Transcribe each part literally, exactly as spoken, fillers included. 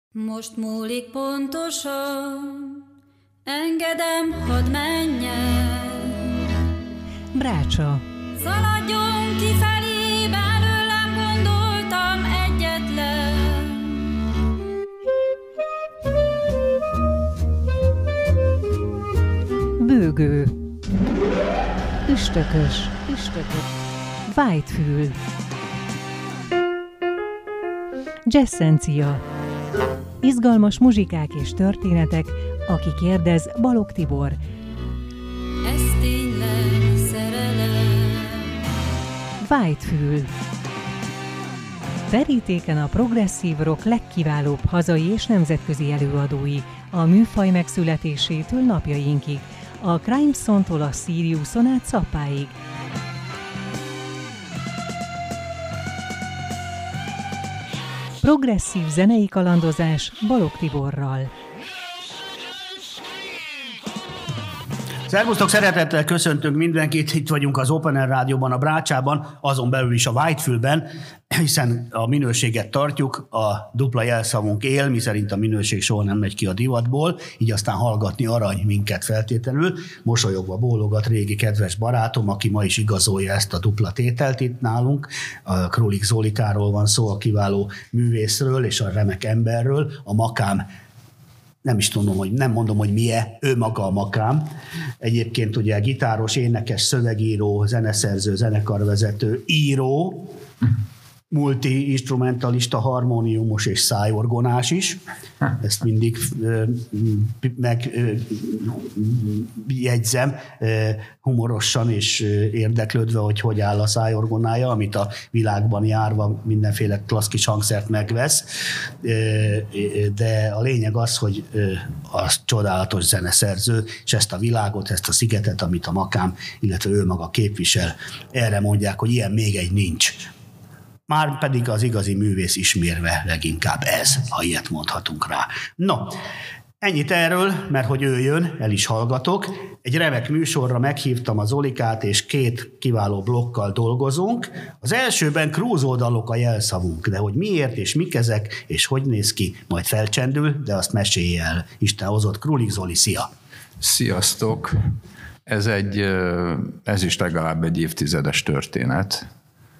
Most múlik pontosan, engedem, hadd menjen. Brácsa. Szaladjon kifelé, belőlem gondoltam egyetlen. Bőgő. Üstökös. Üstökös. Vájtfül. Jazzencia. Izgalmas muzsikák és történetek, aki kérdez, Balogh Tibor. Ez tényleg szerelem. Vájtfül. Terítéken a progresszív rock legkiválóbb hazai és nemzetközi előadói, a műfaj megszületésétől napjainkig, a Crimeson-tól a Siriuson át Zappáig. Progresszív zenei kalandozás Balogh Tiborral. Szervusztok, szeretettel köszöntünk mindenkit, itt vagyunk az Open Air Rádióban, a Brácsában, azon belül is a Vájtfülben, hiszen a minőséget tartjuk, a dupla jelszavunk él, miszerint a minőség soha nem megy ki a divatból, így aztán hallgatni arany minket feltétlenül. Mosolyogva bólogat régi kedves barátom, aki ma is igazolja ezt a dupla tételt itt nálunk. A Królik Zolikáról van szó, a kiváló művészről és a remek emberről, a Makám. Nem is tudom, hogy nem mondom, hogy milyen, ő maga a Makám. Egyébként ugye gitáros, énekes, szövegíró, zeneszerző, zenekarvezető, író, multi-instrumentalista, harmóniumos és szájorgonás is. Ezt mindig megjegyzem humorosan és érdeklődve, hogy hogy áll a szájorgonája, amit a világban járva mindenféle klasszikus hangszert megvesz. De a lényeg az, hogy az csodálatos zeneszerző, és ezt a világot, ezt a szigetet, amit a Makám, illetve ő maga képvisel, erre mondják, hogy ilyen még egy nincs. Már pedig az igazi művész ismérve leginkább ez, ha ilyet mondhatunk rá. No, ennyit erről, mert hogy ő jön, el is hallgatok. Egy remek műsorra meghívtam az Zolikát, és két kiváló blokkal dolgozunk. Az elsőben krúzódalok a jelszavunk, de hogy miért és mik ezek, és hogy néz ki, majd felcsendül, de azt mesélj el. Isten hozott. Królik Zoli, szia! Sziasztok! Ez, egy, ez is legalább egy évtizedes történet.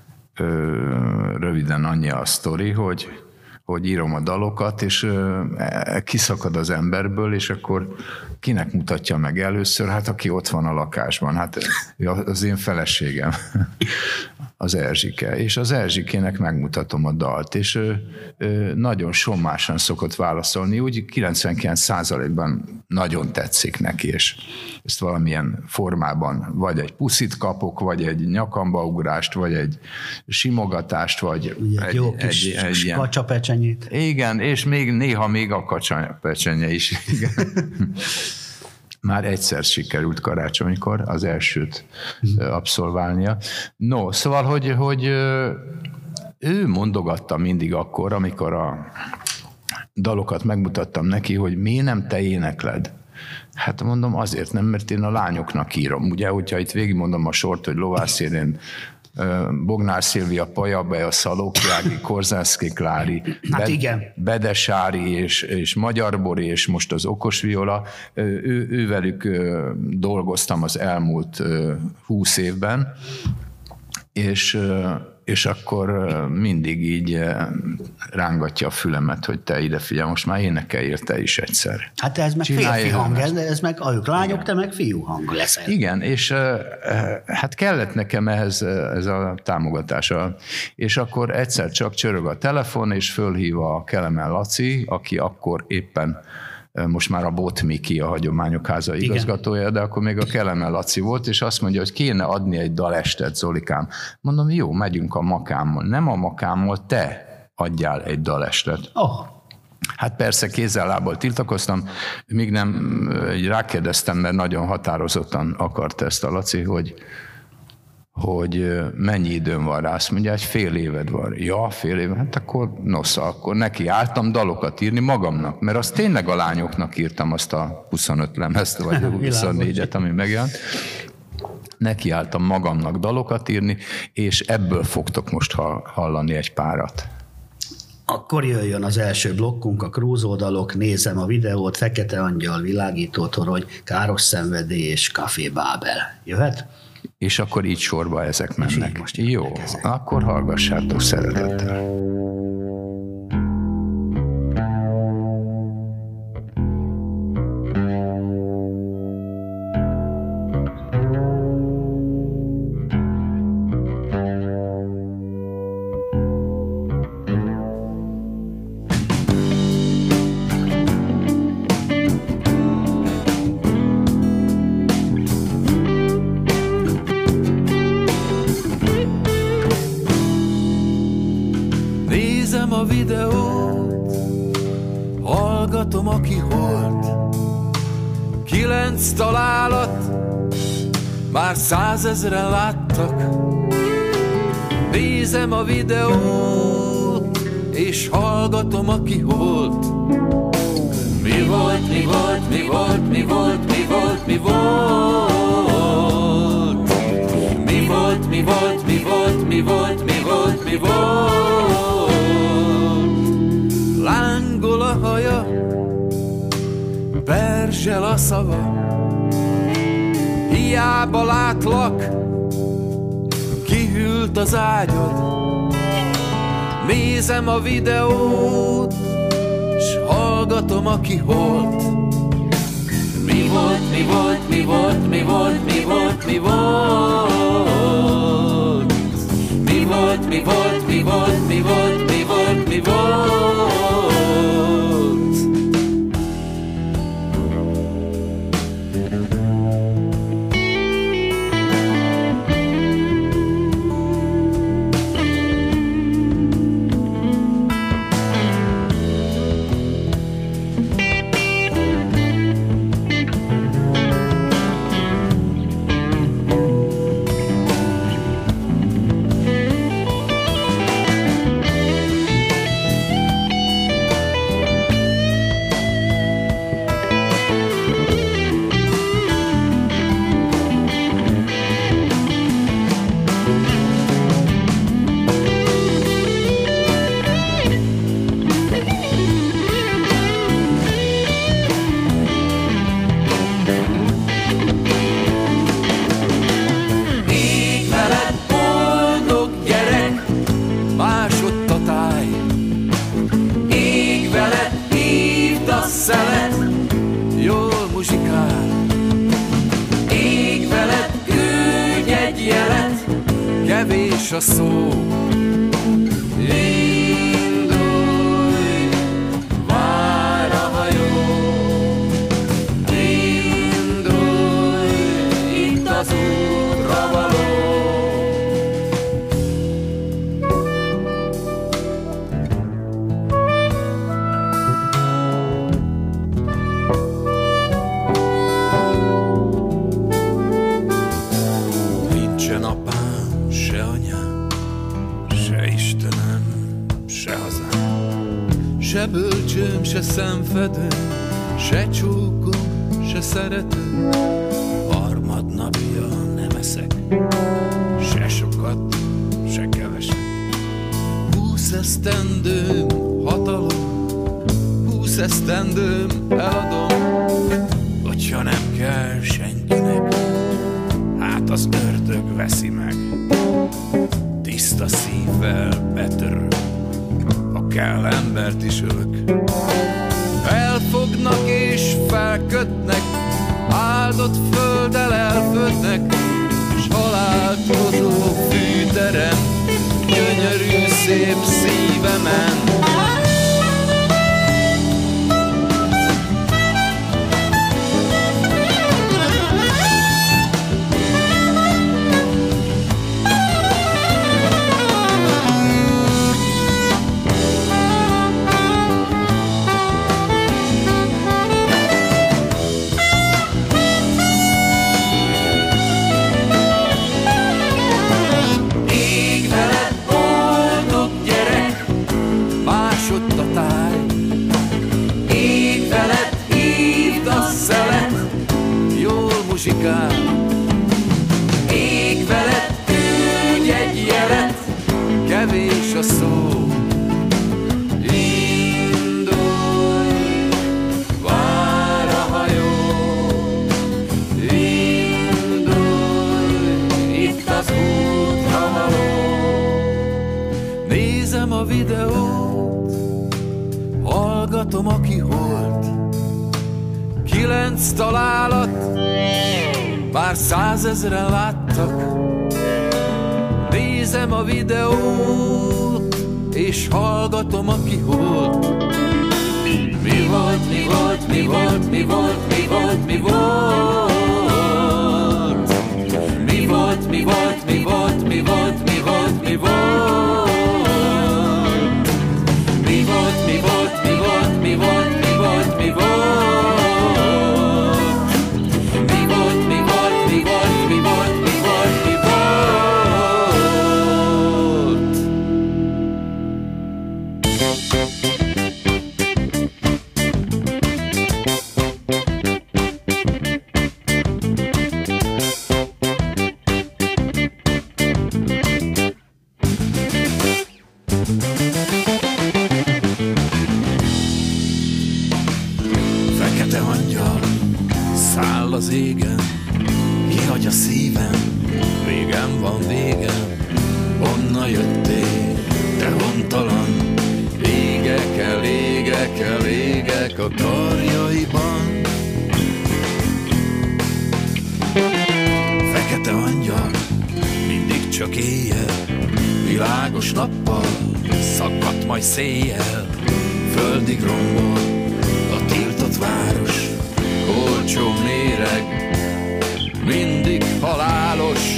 Röviden annyi a sztori, hogy, hogy írom a dalokat, és kiszakad az emberből, és akkor kinek mutatja meg először? Hát aki ott van a lakásban, hát az én feleségem, az Erzsike. És az Erzsikének megmutatom a dalt, és ő, ő nagyon sommásan szokott válaszolni, úgy kilencvenkilenc százalékban nagyon tetszik neki, és ezt valamilyen formában vagy egy puszit kapok, vagy egy nyakambaugrást, vagy egy simogatást, vagy ugye, egy, jó kis egy, egy ilyen... kacsapecsenyét. Igen, és még néha még a kacsapecsenye is. Igen. Már egyszer sikerült karácsonykor az elsőt abszolválnia. No, szóval, hogy, hogy ő mondogatta mindig akkor, amikor a dalokat megmutattam neki, hogy miért nem te énekled? Hát mondom, azért nem, mert én a lányoknak írom. Ugye, hogyha itt végigmondom a sort, hogy Lovászérén, Bognár Szilvia, Pajabe, a Szalókjági, Korzászki Klári, hát Be- igen. Bedesári és, és Magyar Bori, és most az Okos Viola, ő, ővelük dolgoztam az elmúlt húsz évben, és, és akkor mindig így rángatja a fülemet, hogy te ide figyelj, most már énekeljél te is egyszer. Hát ez meg Csinálj férfi hang, ez, ezt. ez meg ők lányok, Igen. te meg fiú hang leszel. Igen, és hát kellett nekem ehhez ez a támogatása. És akkor egyszer csak csörög a telefon, és fölhív a Kelemen Laci, aki akkor éppen most már a Bot Miki, a Hagyományok Háza igazgatója, igen. De akkor még a Kelemen Laci volt, és azt mondja, hogy kéne adni egy dalestet, Zolikám. Mondom, jó, megyünk a Makámmal. Nem a Makámmal, te adjál egy dalestet. Oh. Hát persze kézzel-lábbal tiltakoztam, míg nem rákérdeztem, mert nagyon határozottan akart ezt a Laci, hogy, hogy mennyi időm van rá. Azt mondja, egy fél éved van. Ja, fél év, hát akkor nosza, akkor neki álltam dalokat írni magamnak, mert azt tényleg a lányoknak írtam azt a huszonöt lemezt, vagy huszonnégyet, ami megjelent. Nekiálltam magamnak dalokat írni, és ebből fogtok most hallani egy párat. Akkor jöjjön az első blokkunk, a krúzoldalok, nézem a videót, Fekete Angyal, Világító torony, Káros szenvedély és Café Bábel. Jöhet? És akkor így sorba ezek mennek. most Jó, ezek. akkor hallgassátok szeretettel. Nézem a videót, hallgatom, aki holt. Kilenc találat, már százezren láttak. Nézem a videót, és hallgatom, aki holt. Mi volt, mi volt, mi volt, mi volt, mi volt, mi volt? Mi volt, mi volt, mi volt, mi volt, mi volt, mi volt? Lángol a haja, perzsel a szava. Hiába látlak, kihűlt az ágyad. Nézem a videót, s hallgatom, aki holt. Mi volt, mi volt, mi volt, mi volt, mi volt, mi volt? Mi volt, mi volt, mi volt, mi volt, mi volt, mi volt? Kevés a szó. Indulj, vár a hajó. Indulj, itt az útra való. Nincsen apám, se anyám, se Istenem, se hazám, se bölcsőm, se szemfedőm, se csókom, se szeretőm. Harmadnapja nem eszek, se sokat, se keveset. Húsz esztendőm hatalom, húsz esztendőm eladom. Hogyha nem kell senkinek, hát az ördög veszi meg. Tiszta szívvel betörök, ha kell, embert is ölök. Elfognak és felkötnek, áldott földdel elfödnek, s halált hozó fűterem gyönyörű szép szívemen. Ég veled, küldj egy jelet, kevés a szó. hallgatom, aki holt. Kilenc találat, bár százezren láttak. Nézem a videót, és hallgatom, aki holt. Mi volt, mi volt, mi volt, mi volt, mi volt, mi volt? Mi volt, mi volt, mi volt, mi volt, mi volt, mi volt? Mi volt, mi volt, mi volt, mi volt, mi volt, mi volt? Mi volt, mi volt, mi volt, mi volt, mi volt, mi volt? Fekete angyal száll az égen, kihagy a szívem, végem van végem. Honnan jöttél, te hontalan? Égek el, égek el, égek a karjaiban. Fekete angyal, mindig csak éjjel, világos nappal, szakadt majd széjjel. Földig rombol a tiltott város, olcsó méreg, mindig halálos.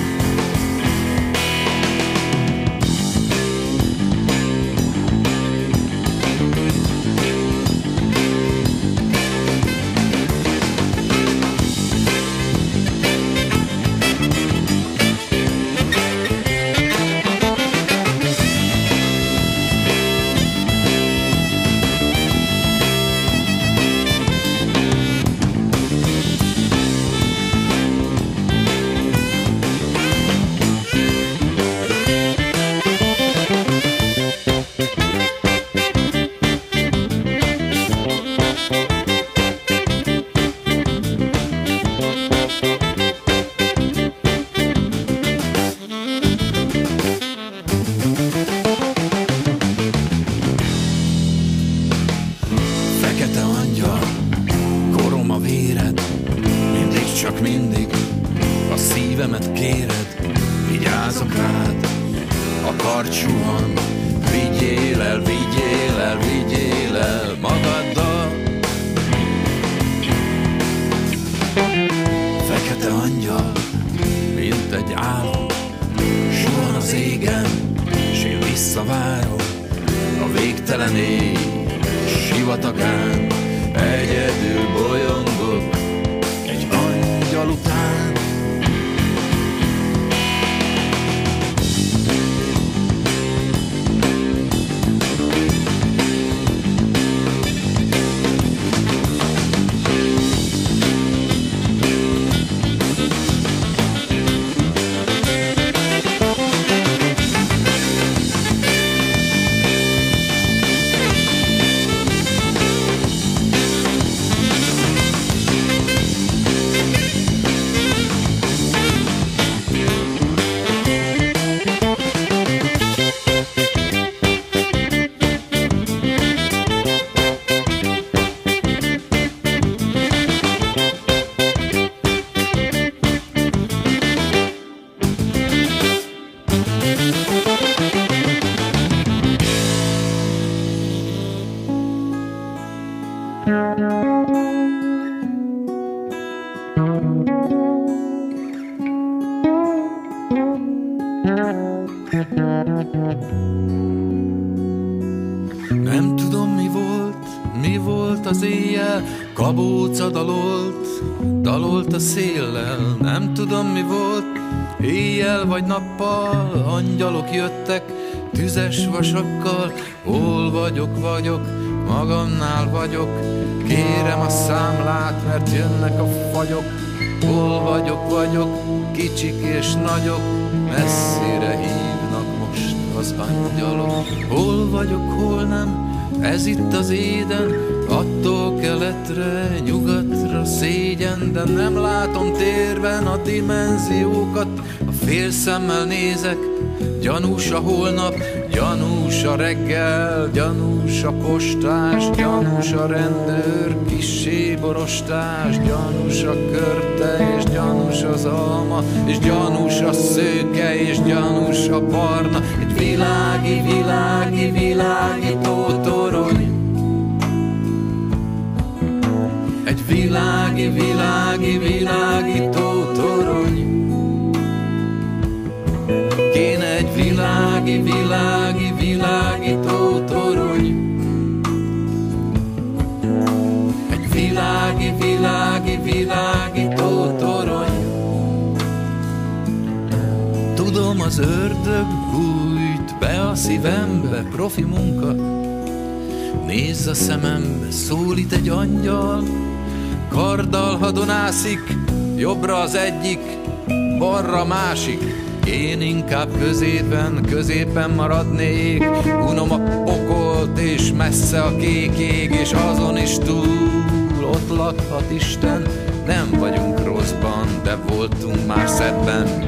Nem tudom, mi volt, mi volt az éjjel, kabóca dalolt, dalolt a széllel. Nem tudom, mi volt, éjjel vagy nappal, angyalok jöttek, tüzes vasakkal. Hol vagyok, vagyok, magamnál vagyok, kérem a számlát, mert jönnek a fagyok. Hol vagyok, vagyok, kicsik és nagyok, messzire hívnak most az angyalok. Hol vagyok, hol nem, ez itt az éden, attól keletre, nyugatra szégyen. De nem látom térben a dimenziókat, a fél szemmel nézek, gyanús a holnap, Gyanús a reggel, gyanús a postás, gyanús a rendőr, kissé borostás, gyanús a körte, és gyanús az alma, és gyanús a szőke, és gyanús a barna. Egy világi, világi, világító torony. Egy világi, világi, világító torony. Kéne egy világi, világi, világító torony. Egy világi, világi, világító torony. Tudom, az ördög bújt be a szívembe, profi munka. Nézz a szemembe, szólít egy angyal, karddal hadonászik, jobbra az egyik, balra másik. Én inkább középen, középen maradnék. Unom a pokolt és messze a kék ég, és azon is túl ott lakhat Isten. Nem vagyunk rosszban, de voltunk már szebben.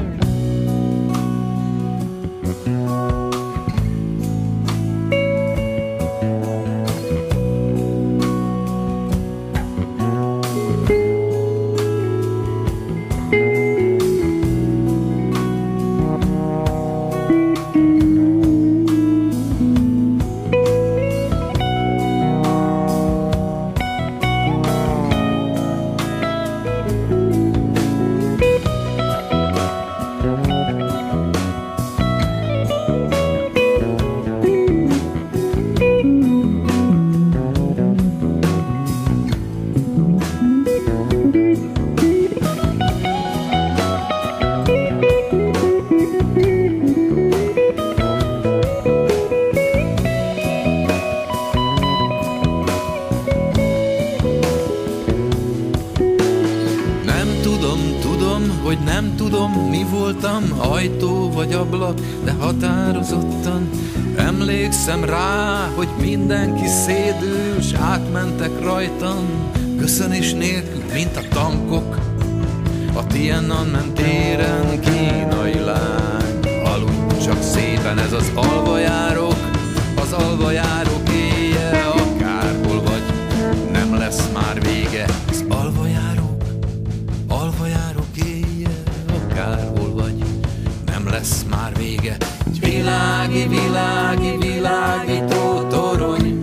Ajtó vagy ablak, de határozottan emlékszem rá, hogy mindenki szédül, s átmentek rajtam, köszönés nélkül, mint a tankok. A Tiananmen téren kínai lány, aludj csak szépen, ez az alvajárók, az alvajárók éje, akárhol vagy, nem lesz már vége. Az alvajárók, alvajárók éje, akárhol vagy, nem lesz már vége. Egy világi, világi, világító torony.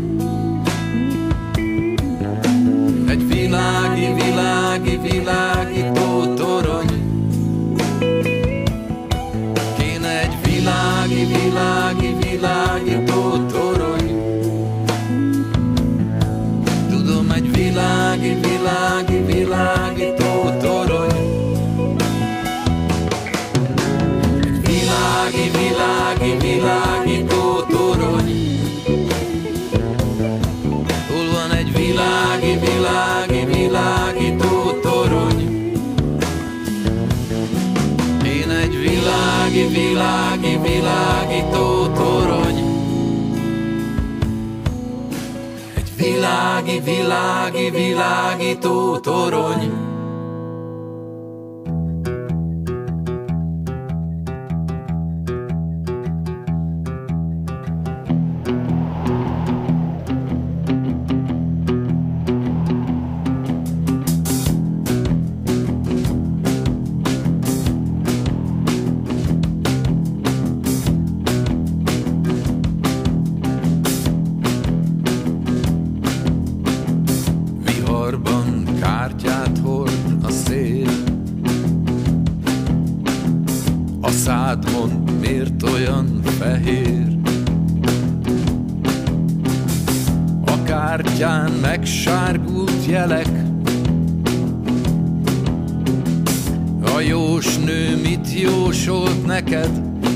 Egy világi, világi, világító torony. Kéne egy világi, világi, világító torony. Tudom, egy világi, világi, világító torony. Világi, világi, világító torony. Hol van egy világi, világi, világító torony? Én egy világi, világi, világító torony. Egy világi, világi, világító torony. Megsárgult jelek. A jósnő mit jósolt neked?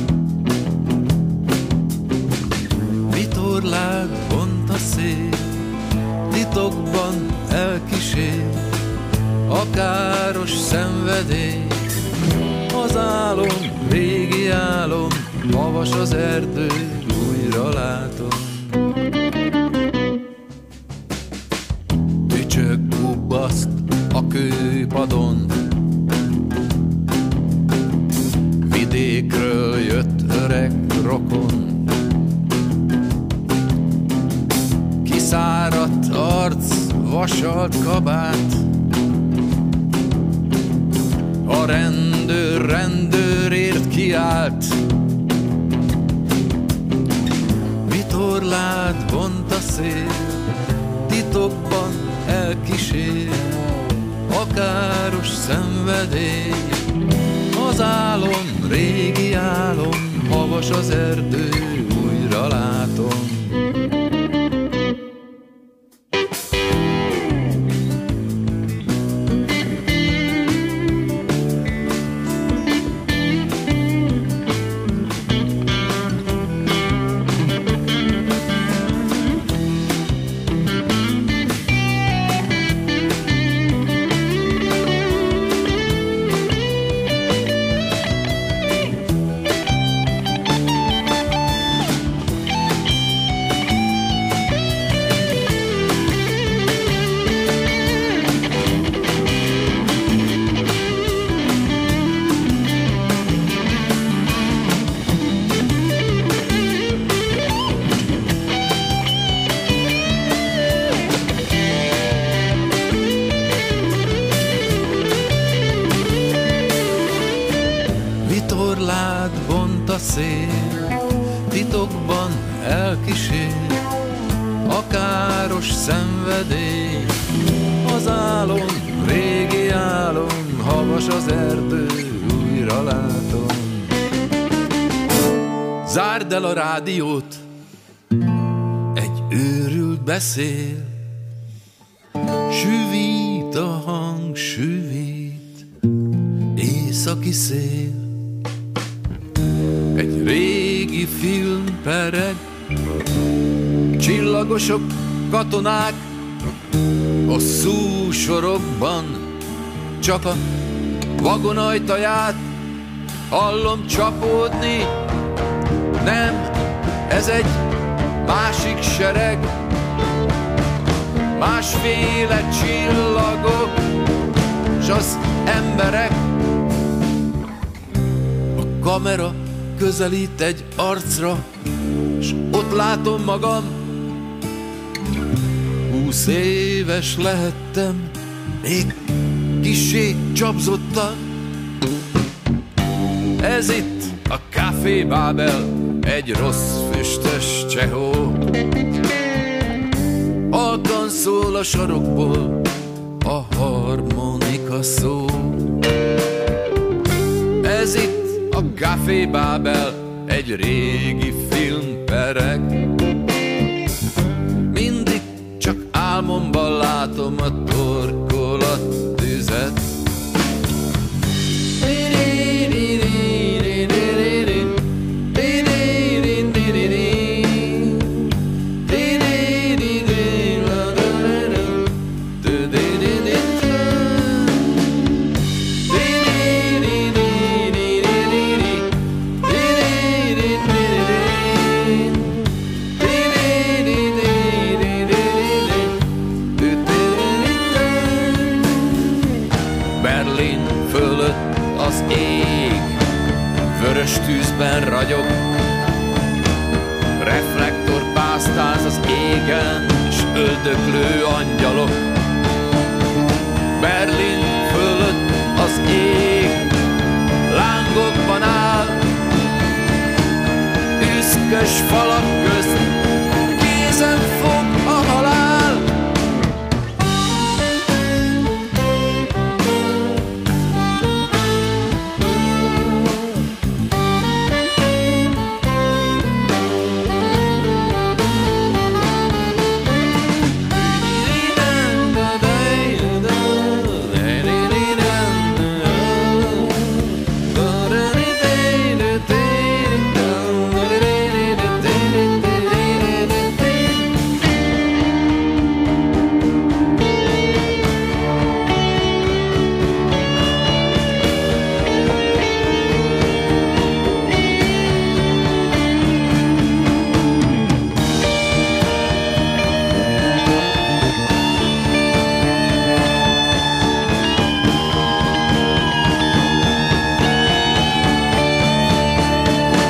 Vitorlád pont a szél, titokban elkísér, a káros szenvedély. Az álom, régi álom, havas az erdő, újra látom. Gubbaszt a kőpadon, vidékről jött öreg rokon. arc, vasalt kabát. A rendőr rendőrért kiállt, vitorlát vont a szél, titokban elkísér a káros szenvedély. Az álom, régi álom, havas az erdő, újra látom. Vitorlád vont a szél, titokban elkísér a káros szenvedély. Az álom, régi álom, havas az erdő, újra látom. Zárd el a rádiót, egy őrült beszél, süvít a hang, süvít, északi szél. Egy régi film pereg, csillagosok, katonák, hosszú sorokban, csak a vagon ajtaját hallom csapódni. Nem, ez egy másik sereg, másféle csillagok, s az emberek. A kamera közelít egy arcra, s ott látom magam. Húsz éves lehettem, még kissé csapzottan. Ez itt a Café Babel, egy rossz füstös csehó. Halkan szól a sarokból a harmonika szó. Ez itt a Café Babel, egy régi filmpereg. Mindig csak álmomban látom a torkolat tüzet. Berlin fölött az ég vörös tűzben ragyog, reflektor pásztáz az égen, s öldöklő angyalok. Berlin fölött az ég lángokban áll, üszkös falak közt kézen fog a halál.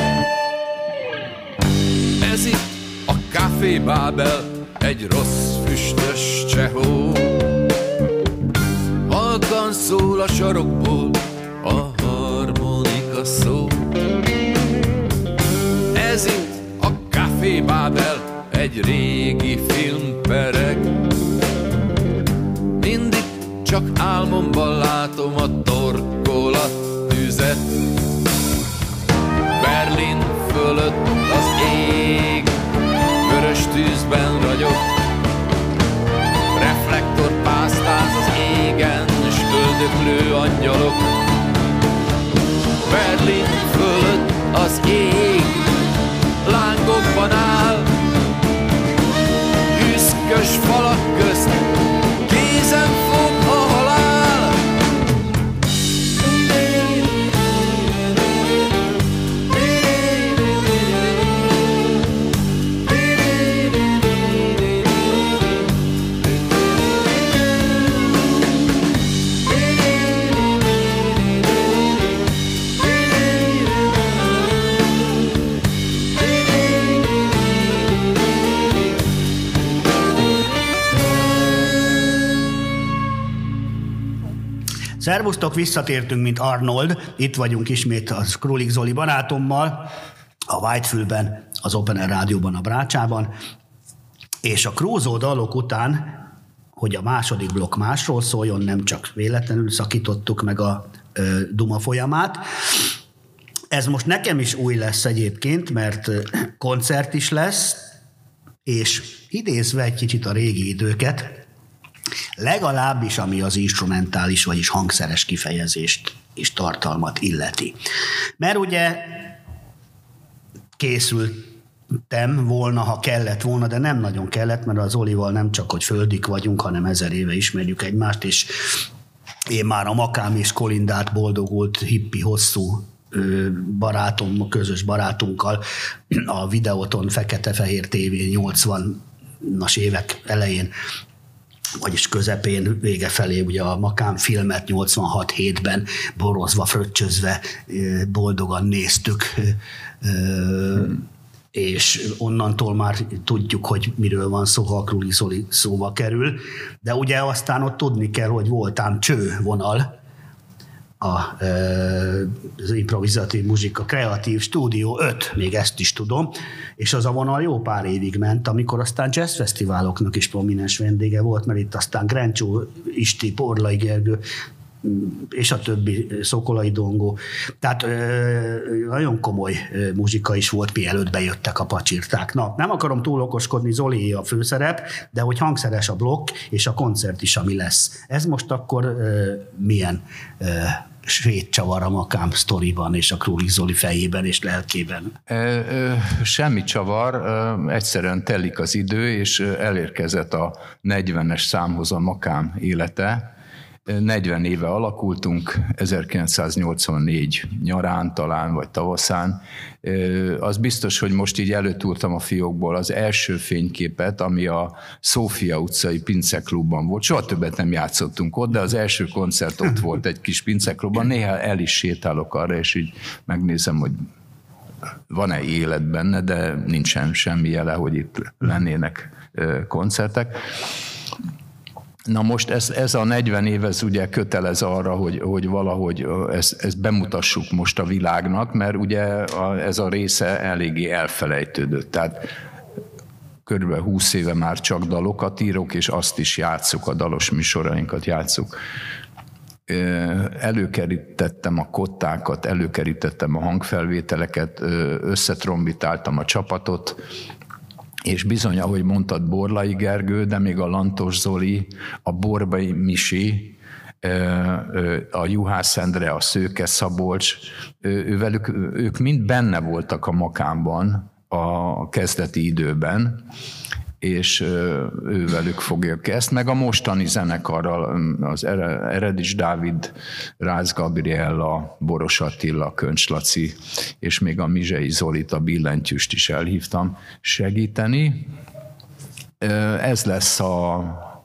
Café Babel, egy rossz füstös csehó. Halkan szól a sarokból a harmonika szó. Ez itt a Café Babel, egy régi film pereg. Mindig csak álmomban látom a torkolat tüzet. Berlin fölött az ég vörös tűzben ragyog. Reflektor pásztáz az égen, s öldöklő angyalok. Berlin fölött az ég lángokban áll. Üszkös falak közt kézen fog a halál. Szervusztok, visszatértünk, mint Arnold. Itt vagyunk ismét a Królik Zoli barátommal, a Whitefülben, az Open Air Rádióban, a Brácsában. És a Krúzó dalok után, hogy a második blokk másról szóljon, nem csak véletlenül szakítottuk meg a ö, duma folyamát. Ez most nekem is új lesz egyébként, mert koncert is lesz, és idézve egy kicsit a régi időket, legalábbis ami az instrumentális, vagyis hangszeres kifejezést és tartalmat illeti. Mert ugye készültem volna, ha kellett volna, de nem nagyon kellett, mert az Olival nem csak, hogy földik vagyunk, hanem ezer éve ismerjük egymást, és én már a Makám és Kolindát boldogult, hippi, hosszú barátom, közös barátunkkal a Videóton fekete-fehér tévén nyolcvanas évek elején, vagyis közepén, vége felé ugye a Makám filmet nyolcvanhat hétben borozva, fröccsözve boldogan néztük, hmm. és onnantól már tudjuk, hogy miről van szó, ha a Królik Zoli szóba kerül, de ugye aztán ott tudni kell, hogy voltám csővonal, a, az improvizatív muzsika kreatív stúdió öt, még ezt is tudom, és az a vonal jó pár évig ment, amikor aztán jazzfesztiváloknak is prominens vendége volt, mert itt aztán Grencsó Isti, Porlai Gergő, és a többi, Szokolai Dongó. Tehát nagyon komoly muzsika is volt, mielőtt bejöttek a pacsirták. Na, nem akarom túl okoskodni, Zoli a főszerep, de hogy hangszeres a blokk, és a koncert is, ami lesz. Ez most akkor milyen svédcsavar a Makám sztoriban, és a Królik Zoli fejében és lelkében? Semmi csavar, egyszerűen telik az idő, és elérkezett a negyvenes számhoz a Makám élete. negyven éve alakultunk, ezerkilencszáznyolcvannégy nyarán talán, vagy tavaszán. Az biztos, hogy most így előtúrtam a fiókból az első fényképet, ami a Szófia utcai pinceklubban volt. Soha többet nem játszottunk ott, de az első koncert ott volt egy kis pinceklubban. Néha el is sétálok arra, és így megnézem, hogy van-e élet benne, de nincsen semmi jele, hogy itt lennének koncertek. Na most ez, ez a negyven év, ez ugye kötelez arra, hogy, hogy valahogy ezt, ezt bemutassuk most a világnak, mert ugye a, ez a része eléggé elfelejtődött. Tehát körülbelül húsz éve már csak dalokat írok, és azt is játsszuk, a dalos műsorainkat játsszuk. Előkerítettem a kottákat, előkerítettem a hangfelvételeket, összetrombitáltam a csapatot, és bizony, ahogy mondtad, Borlai Gergő, de még a Lantos Zoli, a Borbai Misi, a Juhász Endre, a Szőke Szabolcs, ővelük, ők mind benne voltak a Makámban a kezdeti időben, és ővelük fogjuk ezt, meg a mostani zenekarral, az Eredics Dávid, Rácz Gabriella, Boros Attila, Köncs Laci, és még a Mizsei Zolit, a billentyűst is elhívtam segíteni. Ez lesz a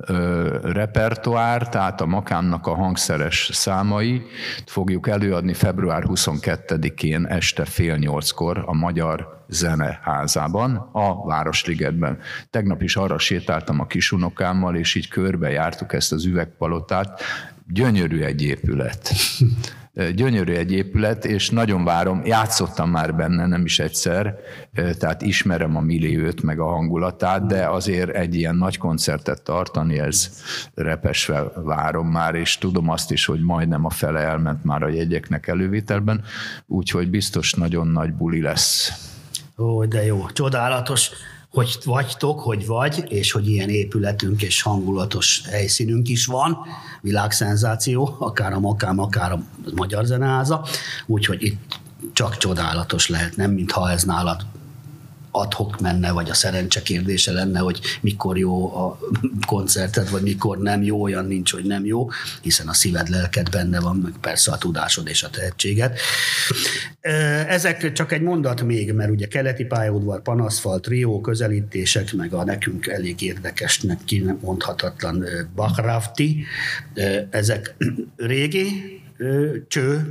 repertoár, tehát a Makámnak a hangszeres számai fogjuk előadni február huszonkettedikén este fél nyolckor a Magyar Zeneházában, a Városligetben. Tegnap is arra sétáltam a kisunokámmal, és így körbejártuk ezt az üvegpalotát. Gyönyörű egy épület. Gyönyörű egy épület, és nagyon várom, játszottam már benne, nem is egyszer, tehát ismerem a milliót, meg a hangulatát, de azért egy ilyen nagy koncertet tartani, ez repesve várom már, és tudom azt is, hogy majdnem a fele elment már a jegyeknek elővételben, úgyhogy biztos nagyon nagy buli lesz. Ó, de jó, csodálatos, hogy vagytok, hogy vagy, és hogy ilyen épületünk és hangulatos helyszínünk is van, világszenzáció, akár a Makám, akár a Magyar Zeneháza, úgyhogy itt csak csodálatos lehet, nem mintha ez nálad ad-hoc menne, vagy a szerencse kérdése lenne, hogy mikor jó a koncerted, vagy mikor nem jó, olyan nincs, hogy nem jó, hiszen a szíved, lelked benne van, meg persze a tudásod és a tehetséged. Ezek csak egy mondat még, mert ugye keleti pályaudvar, panaszfal, trió, közelítések, meg a nekünk elég érdekesnek kimondhatatlan Bachrafti, ezek régi cső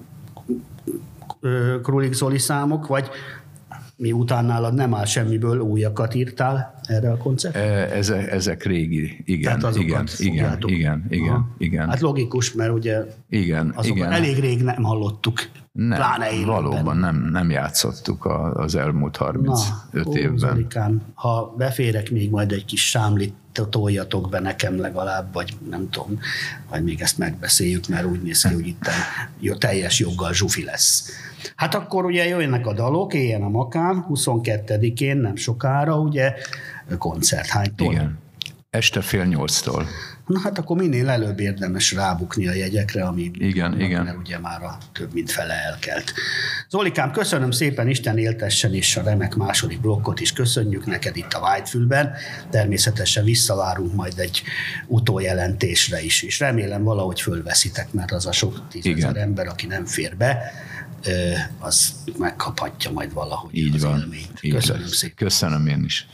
Krulik Zoli számok, vagy miután nálad nem áll semmiből, újakat írtál erre a koncertre? Ezek, ezek régi, igen, igen, igen, igen, igen, igen. Hát logikus, mert ugye igen, igen. elég rég nem hallottuk. Nem, valóban nem, nem játszottuk az elmúlt harmincöt Na, évben. Zolikám, ha beférek még majd egy kis sámlit, toljatok be nekem legalább, vagy nem tudom, vagy még ezt megbeszéljük, mert úgy néz ki, hogy itt teljes joggal zsufi lesz. Hát akkor ugye jönnek a dalok, éljen a Makám, huszonkettedikén, nem sokára, ugye, koncert hánytól? Igen, este fél nyolctól. Na hát akkor minél előbb érdemes rábukni a jegyekre, ami igen, igen. Mert ugye már a több mint fele elkelt. Zolikám, köszönöm szépen, Isten éltessen, és a remek második blokkot is köszönjük neked itt a Whitefülben. Természetesen visszavárunk majd egy utójelentésre is, és remélem valahogy fölveszitek, mert az a sok tízezer ember, aki nem fér be, az megkaphatja majd valahogy így az van, élményt. Így Köszönöm lesz. szépen. Köszönöm én is.